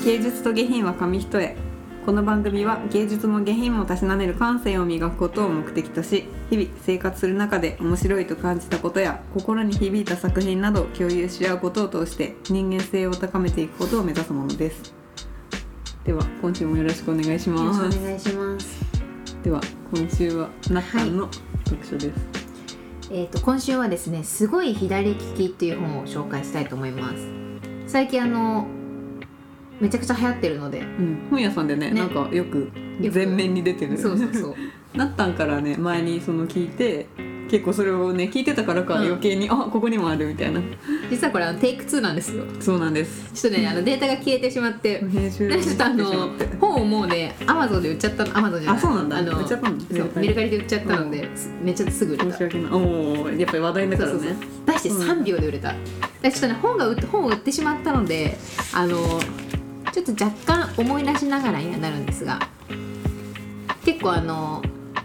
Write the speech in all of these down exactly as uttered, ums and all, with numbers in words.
芸術と下品は紙一重。この番組は芸術も下品もたしなめる感性を磨くことを目的とし、日々生活する中で面白いと感じたことや心に響いた作品などを共有し合うことを通して人間性を高めていくことを目指すものです。では今週もよろしくお願いします。 よろしくお願いします。 では今週はなっさんの読書です。はい、 えーと、今週はですね、すごい左利きっていう本を紹介したいと思います。最近あのめちゃくちゃ流行ってるので、うん、 本屋さんで ね, ねなんかよく前面に出てる。 そうそうそうなったんからね、前にその聞いて、結構それをね聞いてたからか余計に、うん、あここにもあるみたいな。 実はこれあのテイクツーなんですよ。 そうなんです。 ちょっとねあのデータが消えてしまって編集ちょっとあの本をもうねアマゾンで売っちゃったの。アマゾンじゃない、 あそうなんだ、 あの売っちゃったの。 メルカリで売っちゃったので、うん、めっちゃすぐ売れた。 申し訳ない。おお、やっぱり話題だからね。そうそうそう、 出してさんびょうで売れた、うん、ちょっとね本が売って本を売ってしまったので、あのちょっと若干思い出しながらにはなるんですが、結構あの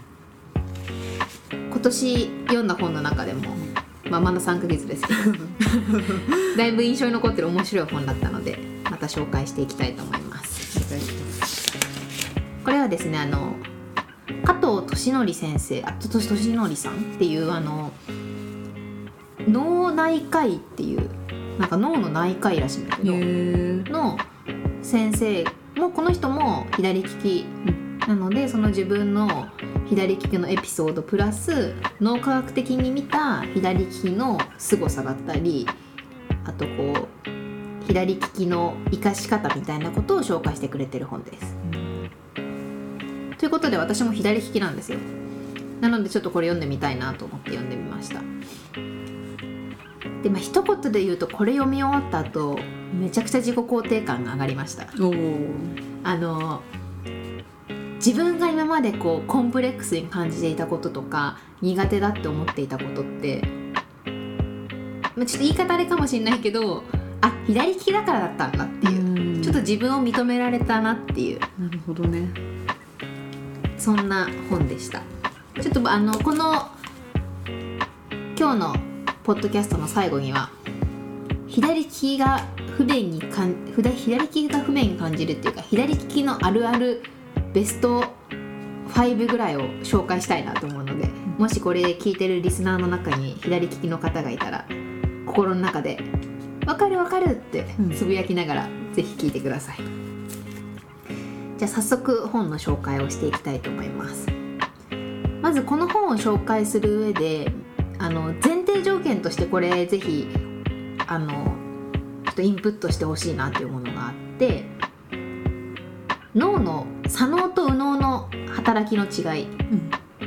今年読んだ本の中でも、まあ、まださんかげつですけどだいぶ印象に残ってる面白い本だったので、また紹介していきたいと思います。これはですね、あの加藤俊則先生、あと俊則さんっていうあの脳内科医っていう、なんか脳の内科医らしいんだけどの先生も、この人も左利きなので、その自分の左利きのエピソードプラス脳科学的に見た左利きの凄さだったり、あとこう左利きの生かし方みたいなことを紹介してくれてる本です。ということで私も左利きなんですよ。なのでちょっとこれ読んでみたいなと思って読んでみました。で、まあ、一言で言うと、これ読み終わった後めちゃくちゃ自己肯定感が上がりました。 おあの自分が今までこうコンプレックスに感じていたこととか苦手だって思っていたことって、まあ、ちょっと言い方あれかもしれないけど、あ、左利きだからだったんだっていう、うん、ちょっと自分を認められたなっていう。 なるほどね。 そんな本でした。ちょっとあのこの今日のポッドキャストの最後には、左利きが不便にかん左利きが不便に感じるっていうか、左利きのあるあるベストごぐらいを紹介したいなと思うので、もしこれ聞いてるリスナーの中に左利きの方がいたら、心の中でわかるわかるってつぶやきながら、うん、ぜひ聞いてください。じゃあ早速本の紹介をしていきたいと思います。まずこの本を紹介する上で、あの前提条件としてこれぜひあのちょっとインプットしてほしいなというものがあって、脳の左脳と右脳の働きの違い、うん、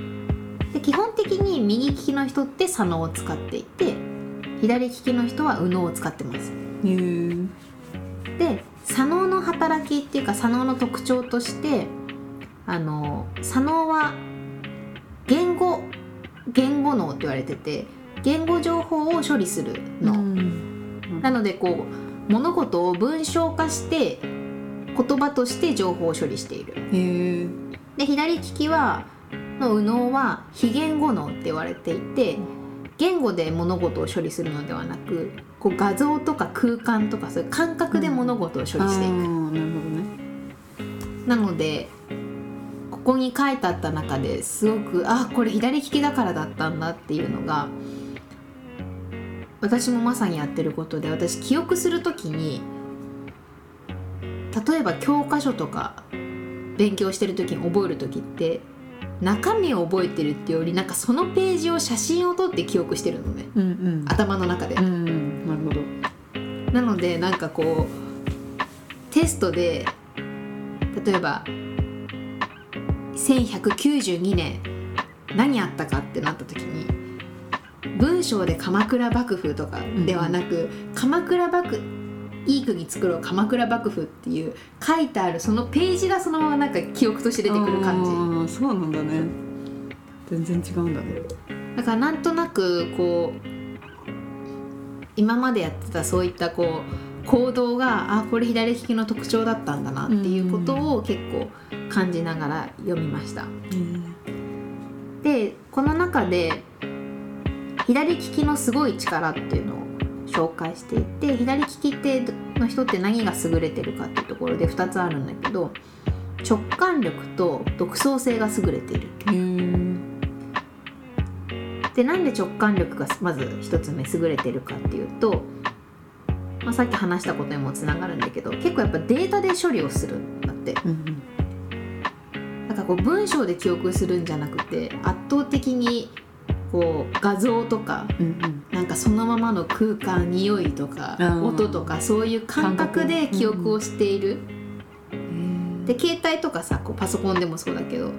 で基本的に右利きの人って左脳を使っていて、左利きの人は右脳を使ってます。 へー。 で左脳の働きっていうか左脳の特徴として、あの左脳は言語言語脳って言われてて、言語情報を処理する脳、うん、なのでこう物事を文章化して言葉として情報を処理している。 へー。 で左利きはの右脳は非言語脳って言われていて、言語で物事を処理するのではなく、こう画像とか空間とかそういう感覚で物事を処理していく、うん、 なるほどね。 なのでここに書いてあった中ですごく、あ、これ左利きだからだったんだっていうのが私もまさにやってることで、私記憶するときに、例えば教科書とか勉強してるときに覚えるときって、中身を覚えてるっていうより、なんかそのページを写真を撮って記憶してるのね、うんうん、頭の中で、 うんうん、なるほど。 なのでなんかこうテストで例えばせんひゃくきゅうじゅうにねん何あったかってなった時に、文章で鎌倉幕府とかではなく、うん、鎌倉幕いい国作ろう鎌倉幕府っていう書いてあるそのページがそのままなんか記憶として出てくる感じ。 ああ、そうなんだね。全然違うんだね。 だからなんとなくこう今までやってたそういったこう行動が、あ、これ左利きの特徴だったんだなっていうことを結構感じながら読みました、うん、でこの中で左利きのすごい力っていうのを紹介していて、左利きっての人って何が優れてるかっていうところでふたつあるんだけど、直感力と独創性が優れている。 へー。 でなんで直感力がまずひとつめ優れてるかっていうと、まあ、さっき話したことにもつながるんだけど、結構やっぱデータで処理をするんだって、 うんうんなんかこう文章で記憶するんじゃなくて、圧倒的にこう画像とか、 うんうんなんかそのままの空間、匂いとか音とか、そういう感覚で記憶をしている。で携帯とかさ、こうパソコンでもそうだけど、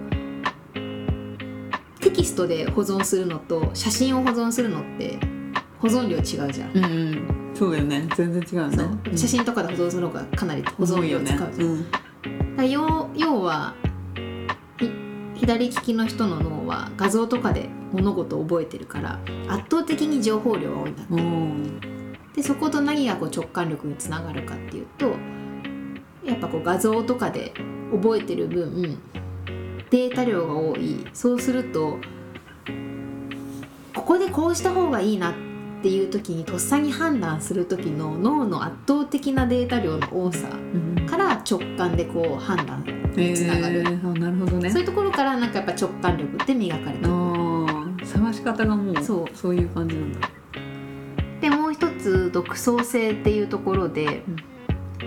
テキストで保存するのと写真を保存するのって保存量違うじゃん、 うんうん、そうだよね、全然違うね。 そう、写真とかで保存するのがかなり保存量使うじゃん、 うん、 だから要、要は左利きの人の脳は画像とかで物事を覚えてるから圧倒的に情報量が多いんだって。でそこと何がこう直感力につながるかっていうと、やっぱこう画像とかで覚えてる分データ量が多い。そうするとここでこうした方がいいなっていう時にとっさに判断する時の脳の圧倒的なデータ量の多さから直感でこう判断につながる、 えー、あ、なるほどね。 そういうところからなんかやっぱ直感力って磨かれてる。 あ、探し方がもうそう、 そういう感じなんだ。 でもう一つ独創性っていうところで、うん、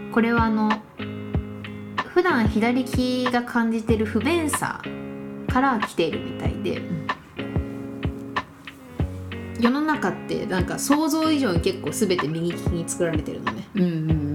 これはあの普段左利きが感じてる不便さから来ているみたいで、うん、世の中ってなんか想像以上に結構全て右利きに作られてるのね、うんうんうん、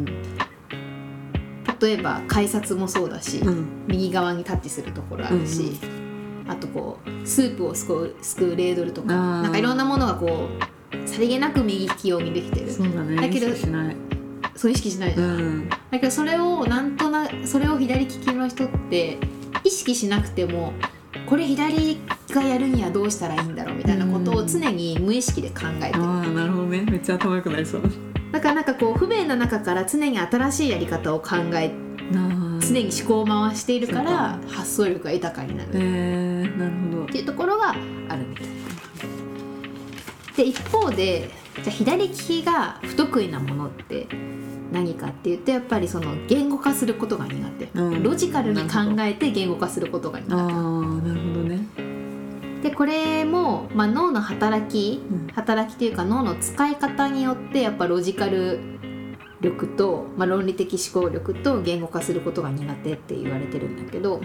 例えば改札もそうだし、うん、右側にタッチするところあるし、うんうん、あとこうスープをすくう、すくうレードルとか、なんかいろんなものがこうさりげなく右利き用にできてる。 そうだね、 だけど意識しない。 そう意識しないじゃん、うん、だけどそれをなんとなそれを左利きの人って意識しなくても、これ左がやるにはどうしたらいいんだろうみたいなことを常に無意識で考えてる、うん、 ああ、なるほどね。めっちゃ頭良くなりそう。 だからなんかこう不便な中から常に新しいやり方を考え、常に思考を回しているから発想力が豊かになる、 えー、なるほどっていうところがあるみたいで、一方でじゃあ左利きが不得意なものって何かっていうと、やっぱりその言語化することが苦手、うん、ロジカルに考えて言語化することが苦手。あー、なるほどね。 でこれも、まあ、脳の働き、うん、働きというか脳の使い方によってやっぱロジカル力と、まあ、論理的思考力と言語化することが苦手って言われてるんだけど、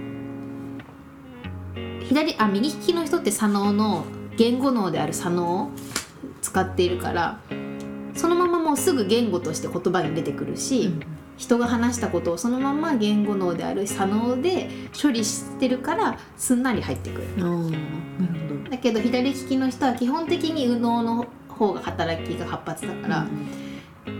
左あ右利きの人って左脳の言語脳である左脳を使っているから、そのままもうすぐ言語として言葉に出てくるし、うん、人が話したことをそのまま言語脳である左脳で処理してるからすんなり入ってくる。 あ、なるほど。 だけど左利きの人は基本的に右脳の方が働きが活発だから、うん、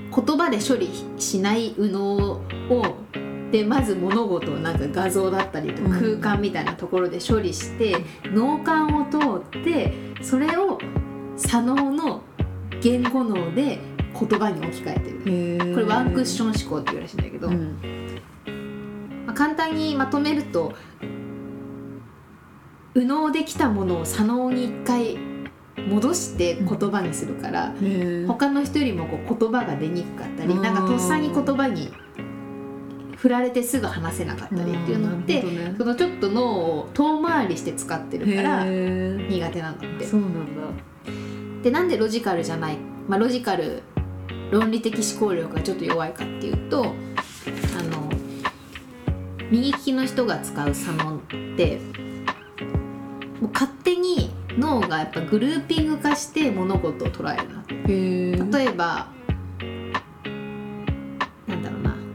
言葉で処理しない右脳をでまず物事をなんか画像だったりとか空間みたいなところで処理して、うん、脳幹を通ってそれを左脳の言語脳で言葉に置き換えてる。これワンクッション思考っていうらしいんだけど、うん、まあ、簡単にまとめると、右脳できたものを左脳に一回戻して言葉にするから、うん、他の人よりもこう言葉が出にくかったり、なんかとっさに言葉に振られてすぐ話せなかったりっていうのって、ね、そのちょっと脳を遠回りして使ってるから苦手なんだって。 そうなんだ。 でなんでロジカルじゃない、まあ、ロジカル論理的思考力がちょっと弱いかっていうと、あの右利きの人が使う左脳ってもう勝手に脳がやっぱグルーピング化して物事を捉えるな。へ、例えばなんだろうな、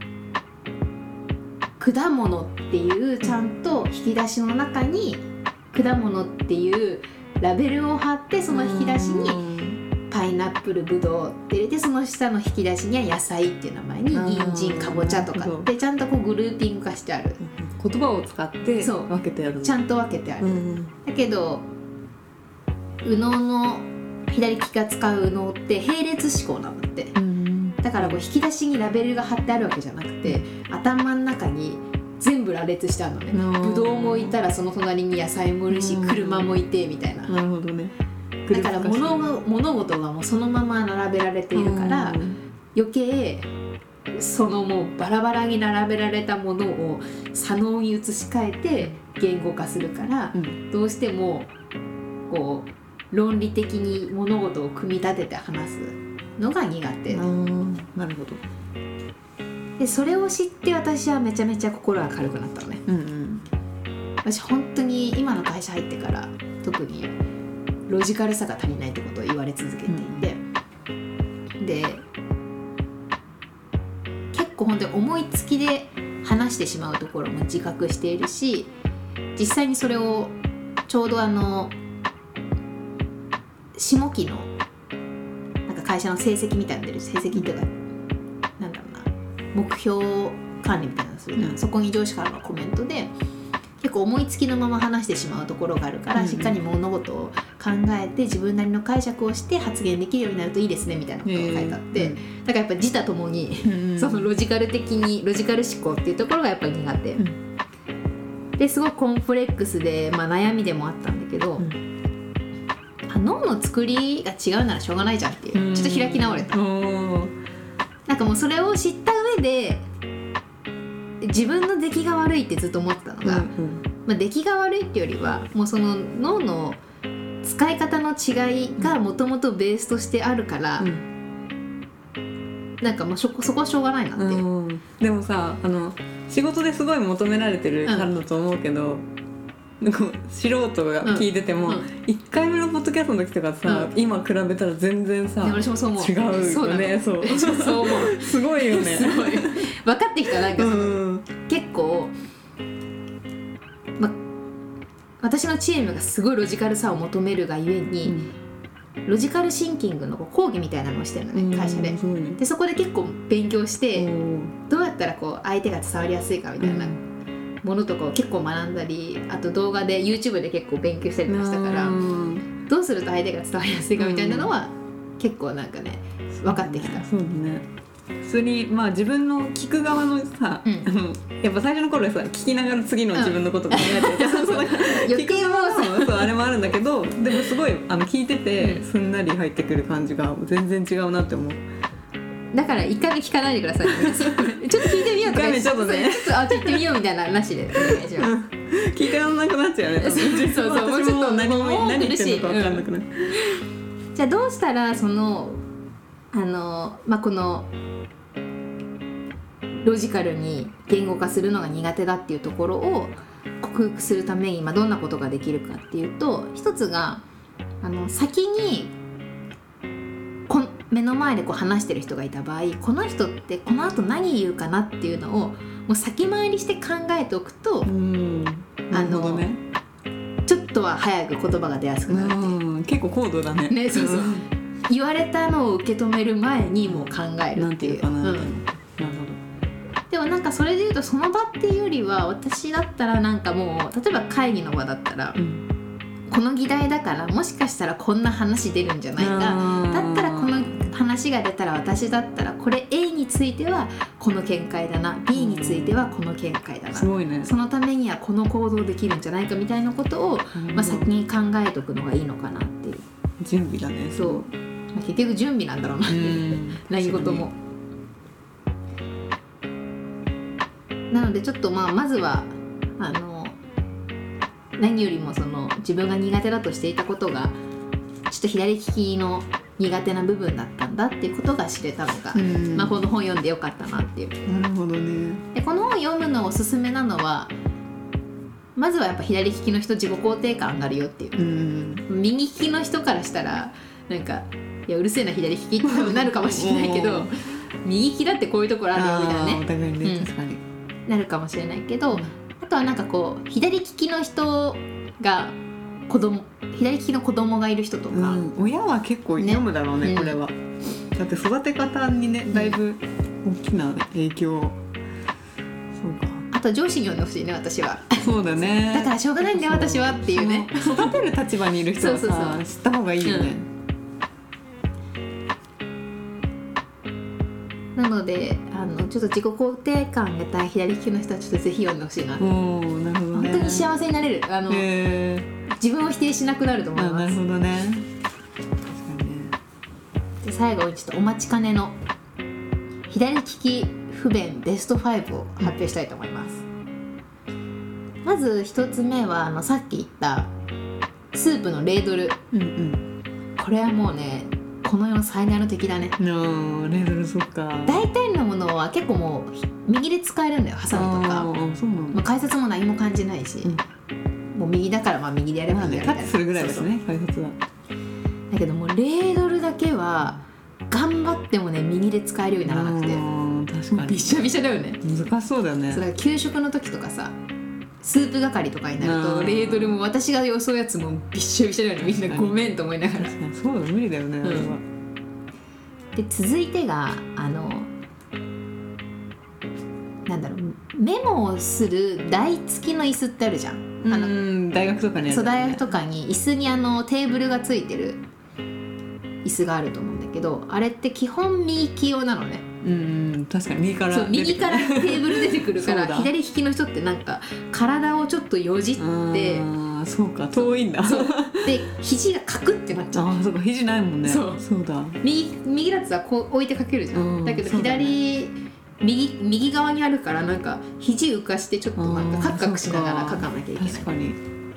果物っていうちゃんと引き出しの中に果物っていうラベルを貼って、その引き出しにパイナップル、ブドウって入れて、その下の引き出しには野菜っていう名前に人参、かぼちゃとかってちゃんとこうグルーピング化してある。 言葉を使って分けてある。 ちゃんと分けてある、うん、だけど右脳の左利きが使う右脳って並列思考なんだって、うん、だからこう引き出しにラベルが貼ってあるわけじゃなくて、頭の中に全部羅列してあるのね。ぶどうもいたらその隣に野菜もいるし、車もいてみたいな。 なるほどね。 だから 物, 物事がもうそのまま並べられているから、うん、 余計そのもうバラバラに並べられたものを左脳に移し替えて言語化するから、うん、どうしてもこう論理的に物事を組み立てて話すのが苦手。 なるほど。 でそれを知って私はめちゃめちゃ心が軽くなったのね、うんうん、私本当に今の会社入ってから特にロジカルさが足りないってことを言われ続けていて、うん、で結構本当に思いつきで話してしまうところも自覚しているし、実際にそれをちょうどあの下期のなんか会社の成績みたいなの出る成績っていうかなんだろうな目標管理みたいなのするな、うん、そこに上司からのコメントで結構思いつきのまま話してしまうところがあるから、うん、しっかり物事を考えて自分なりの解釈をして発言できるようになるといいですねみたいなことが書いてあって、えー、だからやっぱ自他ともに、うん、そのロジカル的にロジカル思考っていうところがやっぱり苦手、うん、ですごくコンプレックスで、まあ、悩みでもあったんだけど、うん、脳の作りが違うならしょうがないじゃんっていう、うん、ちょっと開き直れた。なんかもうそれを知った上で自分の出来が悪いってずっと思ってたのが、うんうんまあ、出来が悪いっていうよりはもうその脳の使い方の違いがもともとベースとしてあるから、うん、なんかもうそこ、そこはしょうがないなっていう、 うん、でもさあの仕事ですごい求められてるからだと思うけど、うん、なんか素人が聞いてても、うんうん、いっかいめのポッドキャストの時とかさ、うん、今比べたら全然さ私もそう思う違うよね。そうそう思うすごいよね。 すごい分かってきた。なんかその、うん、結構、ま、私のチームがすごいロジカルさを求めるがゆえに、うん、ロジカルシンキングの講義みたいなのをしてるのね、うん、会社で、ね、でそこで結構勉強して、うん、どうやったらこう相手が伝わりやすいかみたいな、うんものとかを結構学んだり、あと動画で YouTube で結構勉強したりとかしたから、どうすると相手が伝わりやすいかみたいなのは結構なんかね分かってきた。 そうね。普通にまあ自分の聞く側のさ、うん、やっぱ最初の頃はさ聞きながら次の自分のこと考えて、うん、そうそう余計もそうそうあれもあるんだけど、でもすごいあの聞いててすんなり入ってくる感じが全然違うなって思う。 だから一回目聞かないでくださいちょっと聞いてみようとかちょっとねちょっとあ行ってみようみたいななしでお願いします、うん、 聞いてらんなくなっちゃうよね。そうそうそうもうちょっと何も何言ってるのか分かんなくなる、 うん、じゃあどうしたらそのあのまあこのロジカルに言語化するのが苦手だっていうところを克服するために、まあ、どんなことができるかっていうと、一つがあの先にこ目の前でこう話してる人がいた場合、この人ってこの後何言うかなっていうのをもう先回りして考えておくと、うんあの、ね、ちょっとは早く言葉が出やすくなるっていう、 うん結構高度だね。 ねそうそう、うん、言われたのを受け止める前にもう考えるっていう。 なんていうかな、うん、なるほど。 でもなんかそれでいうとその場っていうよりは、私だったらなんかもう例えば会議の場だったら、うん、この議題だからもしかしたらこんな話出るんじゃないか、だったらこの話が出たら私だったらこれ A についてはこの見解だな、 B についてはこの見解だな、 すごいね、 そのためにはこの行動できるんじゃないかみたいなことを、まあ、先に考えておくのがいいのかなっていう。 準備だね。 そう、まあ、結局準備なんだろうな何事も。なのでちょっとまあまずはあの何よりもその自分が苦手だとしていたことがちょっと左利きの苦手な部分だったんだっていうことが知れたのが、まあ、この本読んでよかったなっていう。 なるほどね。 でこの本読むのおすすめなのは、まずはやっぱ左利きの人自己肯定感上がるよっていう、うん、右利きの人からしたらなんかいやうるせえな左利きって多分なるかもしれないけど右利きだってこういうところあるよみたいなね、 お互いね、 うん、 確かになるかもしれないけど、うん、あとはなんかこう左利きの人が子供左利きの子供がいる人とか、うん、 親は結構読むだろうね、ねこれは、うん、だって育て方にねだいぶ大きな影響、うん、そうか。 あと上司に読んでほしいね私は。 そうだねだからしょうがないんだよ私はっていうね。 育てる立場にいる人はさそうそうそう知った方がいいよね、 うん、なのであのちょっと自己肯定感が高い左利きの人はちょっとぜひ読んでほしいな。 おー、なるほどね。 本当に幸せになれる、あの自分を否定しなくなると思います。 なるほどね。確かにね。 で最後にちょっとお待ちかねの左利き不便ベストファイブを発表したいと思います、うん、まずひとつめはあのさっき言ったスープのレードル、うんうん、これはもうねこの世の最大の敵だね。 のレードル、そっか。 大体のものは結構もう右で使えるんだよ、ハサミとか。 そうなんだ。 まあ、解説も何も感じないし、うん、もう右だからまあ右でやればいいんだよみたいな、 タッチするぐらいですね、解説は。 だけどもうレードルだけは頑張ってもね右で使えるようにならなくて、 確かにびしゃびしゃだよね。 難しそうだよね。 それから給食の時とかさ、スープ係とかになるとレードルも私が予想やつもびっしゃびしゃだよね。みんなごめんと思いながら。 そうだ、無理だよね、うん、あれは。 で続いてがあのなんだろう、メモをする台付きの椅子ってあるじゃん。あのうん大学とかにある、ね、 そう大学とかに椅子にあのテーブルがついてる椅子があると思うんだけど、あれって基本右利き用なのね。 うん確かに右からそう右からテーブル出てくるから左利きの人ってなんか体をちょっとよじって、 あそうか遠いんだ。 そうで肘がカクってなっちゃう。 あそうか肘ないもんね。 そうそうだ。 右右だとさこう置いてかけるじゃん。だけど左、ね、右右側にあるからなんか肘浮かしてちょっとなんかカクカクしながら書かなきゃいけない。 確かに。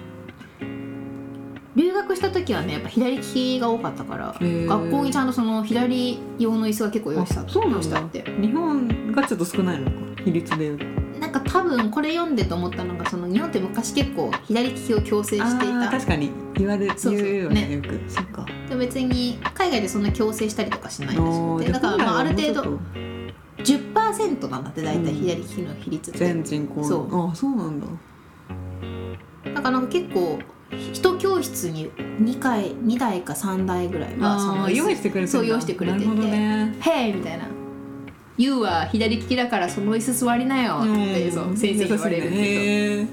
留学した時はねやっぱ左利きが多かったから学校にちゃんとその左用の椅子が結構用意したって。 そうなんだって。日本がちょっと少ないのか比率で。 なんか多分これ読んでと思ったのがその日本って昔結構左利きを強制していた。 確かに言われるそうそう言うよね、 ねよく。そっか。 で別に海外でそんな強制したりとかしないらしくて、だからまあある程度 じゅっパーセント なんだって大体左利きの比率って。 全人口の。そうあそうなんだ。 だからなんか結構一教室ににかいにだいかさんだいぐらいはその用意してくれてるんだ。 そう用意してくれてて、 ね、 へいみたいな。ユーは左利きだからその椅子座りなよってそう先生に言われるけ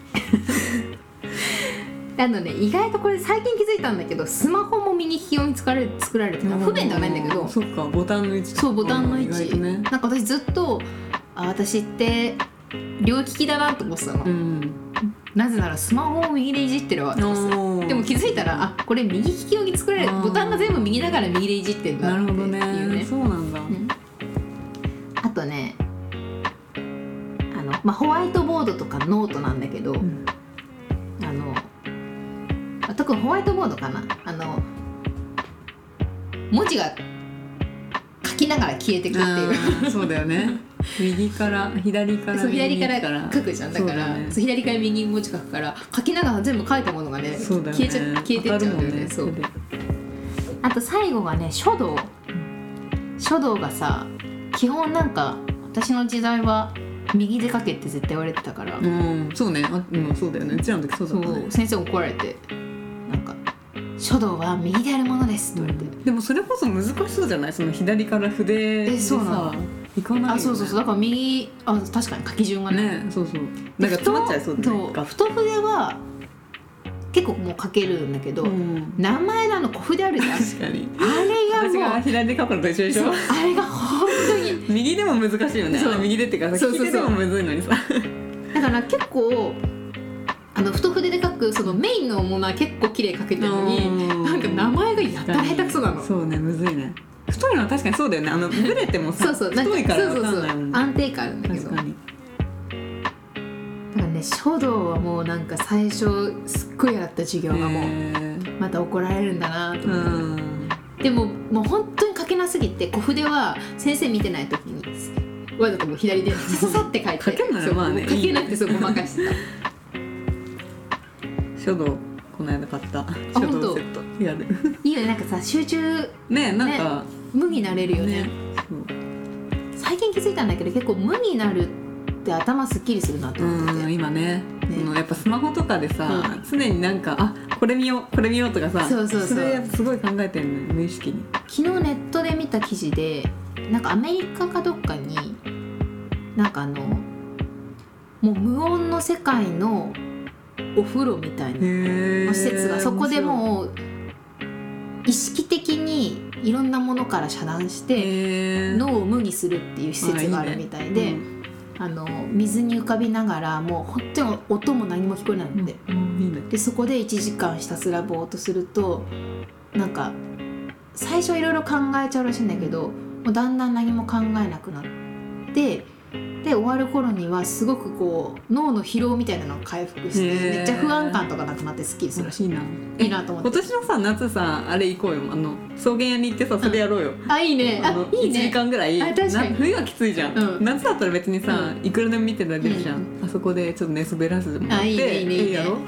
ど、あのね意外とこれ最近気づいたんだけどスマホも右利き用に作られて作られてる。不便ではないんだけど、 そっかボタンの位置。 そうボタンの位置、 ね、 なんか私ずっとあ私って両利きだなと思ってたの、うん、なぜならスマホを右でいじってるわって思って。でも気づいたらあこれ右利き用に作られるボタンが全部右だから右でいじってるんだっていうね。 なるほどね。そうなんだ、うんあとねあの、まあ、ホワイトボードとかノートなんだけど、うん、あの特にホワイトボードかな、あの文字が書きながら消えてくっていうそうだよね右から左からそう左から書くじゃん。だから、ね、そう左から右に文字書くから書きながら全部書いたものが ね, ね消えちゃ消えてっちゃうんだよね。そう。あと最後はね書道、書道がさ基本なんか私の時代は右で書けって絶対言われてたから、 うん、そうね、あ、うん、そうだよね。うちらの時そうだったね。 そう先生怒られてなんか書道は右でやるものですって言われて、 うん、でもそれこそ難しそうじゃない？その左から筆でさ、えそうなのいかないよね。 あそうそうそうだから右あ確かに書き順が ね, ねそうそうなんか詰まっちゃいそうだね。 太筆は結構もう書けるんだけど、うん、名前のあの小筆あるじゃん。 確かにあれがもう私が左で書くのと一緒でしょ。 あれが本当に右でも難しいよね。右でっていうか利き手でもむずいのにさ。 だから結構あの太筆で書くそのメインのものは結構綺麗に書けてるのになんか名前がやったら下手くそなの。 そうねむずいね。太いのは確かにそうだよね。あのブレてもさそうそうなんか太いから分かんないもんね。 そうそうそう安定感あるんだけど。確かに。だからね書道はもうなんか最初すっごいやった授業がもうまた怒られるんだなと思って。でももう本当に書けなすぎて小筆は先生見てない時にわざともう左でさささって書いて書けるならまあね書けなくてそうごまかしてた。 書道この間買った書道セットやるいいよね。なんかさ集中ねなんか、ね、 無になれるよね。ね最近気づいたんだけど結構無になるって頭すっきりするなと思ってて。 うん今 ね, ねそのやっぱスマホとかでさ、うん、常になんかあこれ見ようこれ見ようとかさそうそうそうそれやっぱすごい考えてるのよ無意識に。 昨日ネットで見た記事でなんかアメリカかどっかになんかあのもう無音の世界のお風呂みたいな施設がそこでもう意識的にいろんなものから遮断して脳を無にするっていう施設があるみたいで、あの水に浮かびながらもう本当に音も何も聞こえないので、うんうんいいね、でそこでいちじかんひたすらぼーっとするとなんか最初いろいろ考えちゃうらしいんだけどもうだんだん何も考えなくなって、で終わる頃にはすごくこう脳の疲労みたいなのが回復してめっちゃ不安感とかなくなってスッキリするし、 いいな、 いいなと思って。 今年のさ夏さあれ行こうよ、あの草原屋に行ってさそれやろうよ、 うん、あいいね、あいいね、 いちじかんぐらい。 あ確かに冬はきついじゃん、うん、夏だったら別にさ、うん、いくらでも見てられるじゃん、うん、あそこでちょっと寝そべらせてもらって、あいいねいいねいいね、いいやろ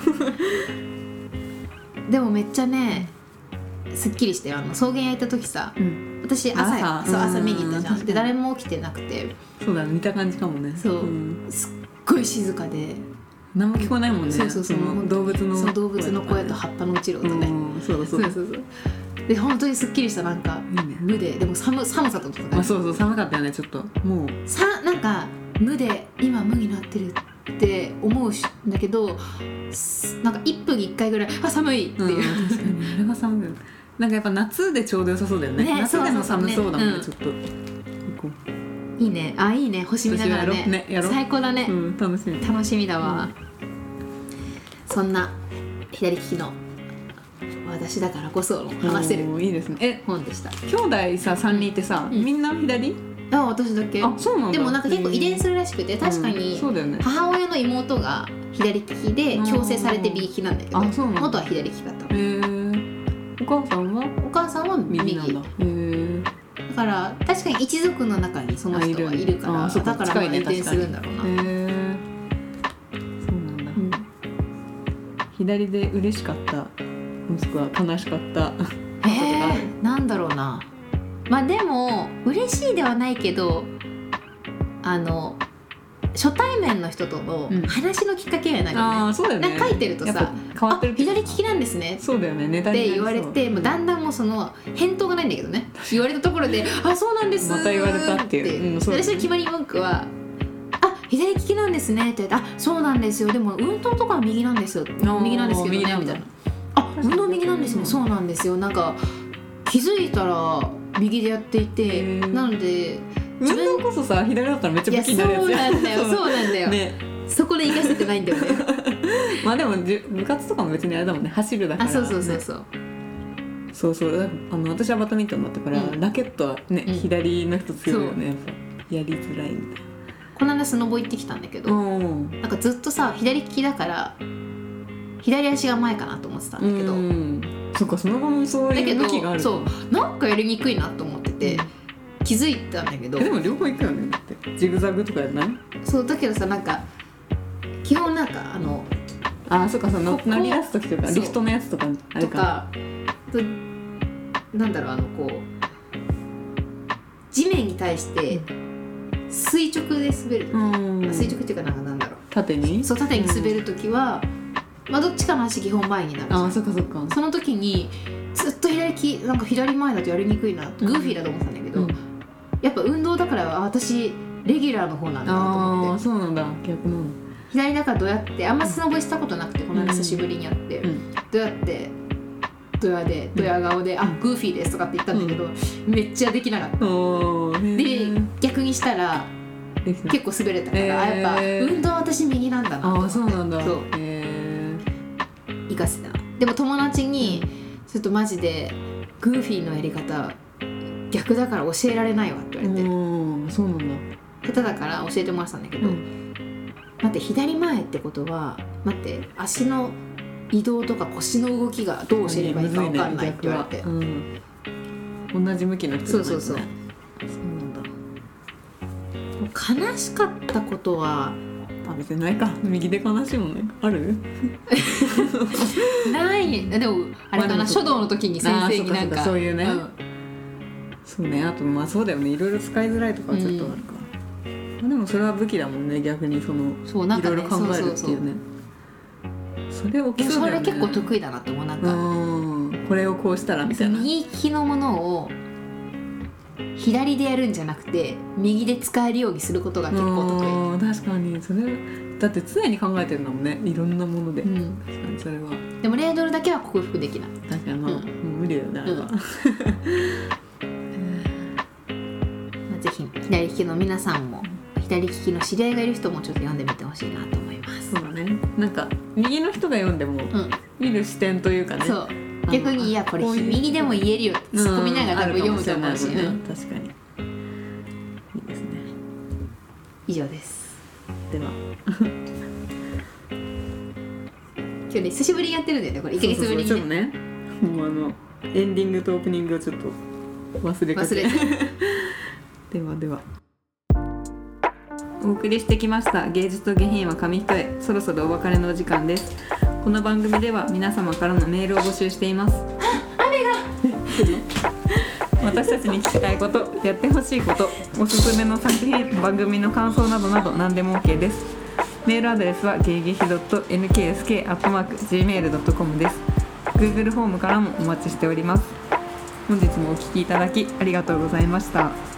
でもめっちゃねすっきりして、あの草原屋行った時さ、うん、私 朝, 朝, そう朝見に行ったじゃん。で誰も起きてなくて、 そうだね、見た感じかもね。 そう、うん、すっごい静かで何も聞こえないもんね。 そうそうそう、 その動物のそう動物の声と葉っぱの落ちる音ね、うん、 そうそうそうそうそうで本当にすっきりした。なんかいい、ね、無ででも 寒, 寒さととか、 あ、そうそう寒かったよねちょっと。もうさなんか無で今無になってるって思うんだけど、なんかいっぷんにいっかいぐらいあ寒いっていう、うん、 確かにあれが寒い。なんかやっぱ夏でちょうど良さそうだよね。ね、夏でも寒そうだもんね、うん、ちょっといいね。あいいね、星見ながら ね, ねやろ最高だね、 うん、楽しみ楽しみだわ、うん、そんな左利きの私だからこそ話せるいいですね。え本でした。 兄弟ささんにんいてさ、うん、みんな左？ あ私だけ。 あそうなんだ。 でもなんか結構遺伝するらしくて、確かに母親の妹が左利きで矯正されて右利きなんだけど、元は左利きだった。 へー。お母さんは？ お母さんは右なんだ。へー。だから確かに一族の中にその人はいるから、だからまあ遺伝するんだろうな。へー。そうなんだ、うん、左で嬉しかったもしくは悲しかったことえー、なんだろうな。まあでも嬉しいではないけど、あの初対面の人との話のきっかけにはなるよね、うん、あそうだよね。なんか書いてるとさ変わってる、あ左利きなんですねそうだよね、ネタになりそうって言われて、もうだんだんもうその返答がないんだけどね、言われたところであそうなんですまた言われたっていう、うん、そうだね、 私の決まり文句はあ左利きなんですねって言って、あそうなんですよ、でも運動とかは右なんですよ、右なんですけどねみたいな、あ運動右なんですね、そうなんですよ、なんか気づいたら右でやっていて、なので運動こそさ左だったらめっちゃ武器になるやつや。 そうなんだよそうなんだよ、ね、そこで生かせてないんだよねまあでも部活とかも別にあれだもんね、走るだから、ね、 あそうそうそうそうそうそうあの私はバドミントンだったから、うん、ラケットはね、うん、左の人強いよね、やっぱやりづらいみたいな。 この間スノボ行ってきたんだけど、なんかずっとさ左利きだから左足が前かなと思ってたんだけど、うん、 そっかそのままそういう武器がある、 そうなんかやりにくいなと思ってて、うん、気づいたんだけど、 でも両方行くよね、だってジグザグとかやらない？そうだけどさ、なんか基本なんかあのあそっかその乗り出す時とかリフトのやつとかあるかとかなんだろう、あのこう地面に対して垂直で滑る、うん、垂直っていうかなんかなんだろう縦にそう縦に滑る時は、うん、まあどっちかの足基本前になる。 あそっかそっか。 その時にずっと左利きなんか左前だとやりにくいな、グーフィーだと思ってたんだけど、うん、やっぱ運動だから私レギュラーの方なんだなと思って。 あそうなんだ、逆なの。 左だからどうやってあんまスノボしたことなくて、この間久しぶりにやって、うん、どうやってドヤでドヤ顔で、うん、あグーフィーですとかって言ったんだけど、うん、めっちゃできなかった。で逆にしたら結構滑れたから、やっぱ運動私右なんだなと思って。 あそうなんだ。 そう生かせた。でも友達にちょっとマジでグーフィーのやり方逆だから教えられないわって言われて、 そうなんだ、 下手だから教えてもらってたんだけど、うん、待って左前ってことは待って足の移動とか腰の動きがどう教えればいいか分かんないって言われて、 うん、同じ向きの人じゃないとね。 そうそうそう、そうなんだ。悲しかったことは別にないか、右で悲しいもんねあるないでもあれかな、まあ、書道の時に先生になんかそ, そういうね、うん、そうね、あとまあそうだよね、いろいろ使いづらいとかはちょっとあるか、うんまあ、でもそれは武器だもんね、逆にそのそうなんか、ね、 いろいろ考えるっていうね。それ起きそうだよね。 それ結構得意だなって思う。なんかうんこれをこうしたらみたいな、 右利きのものを左でやるんじゃなくて右で使えるようにすることが結構得意。確かにそれだって常に考えてるんだもんね、いろんなもので、うん、確かにそれは。 でもレードルだけは克服できない。 確かに、まあうん、もう無理だよねあれは、うんまあ、ぜひ左利きの皆さんも左利きの知り合いがいる人もちょっと読んでみてほしいなと思います。 そうだね、なんか右の人が読んでも、うん、見る視点というかね、 そう逆にいやこれ右でも言えるよって突っ込みながら多分読むと思うし、 ね、確かに以上です。 では今日ね久しぶりにやってるんだよねこれいっかげつぶりにね。 そうそうそうちょっとねもうあのエンディングとオープニングをちょっと忘れかけ忘れてではではお送りしてきました芸術と下品は紙一重、そろそろお別れのお時間です。この番組では皆様からのメールを募集しています。 雨が私たちに聞きたいこと、やってほしいこと、おすすめの作品、番組の感想などなど何でも OK です。メールアドレスはゲゲヒ .エヌケーエスケー アットマーク ジーメール ドットコム です。 Google フォームからもお待ちしております。本日もお聞きいただきありがとうございました。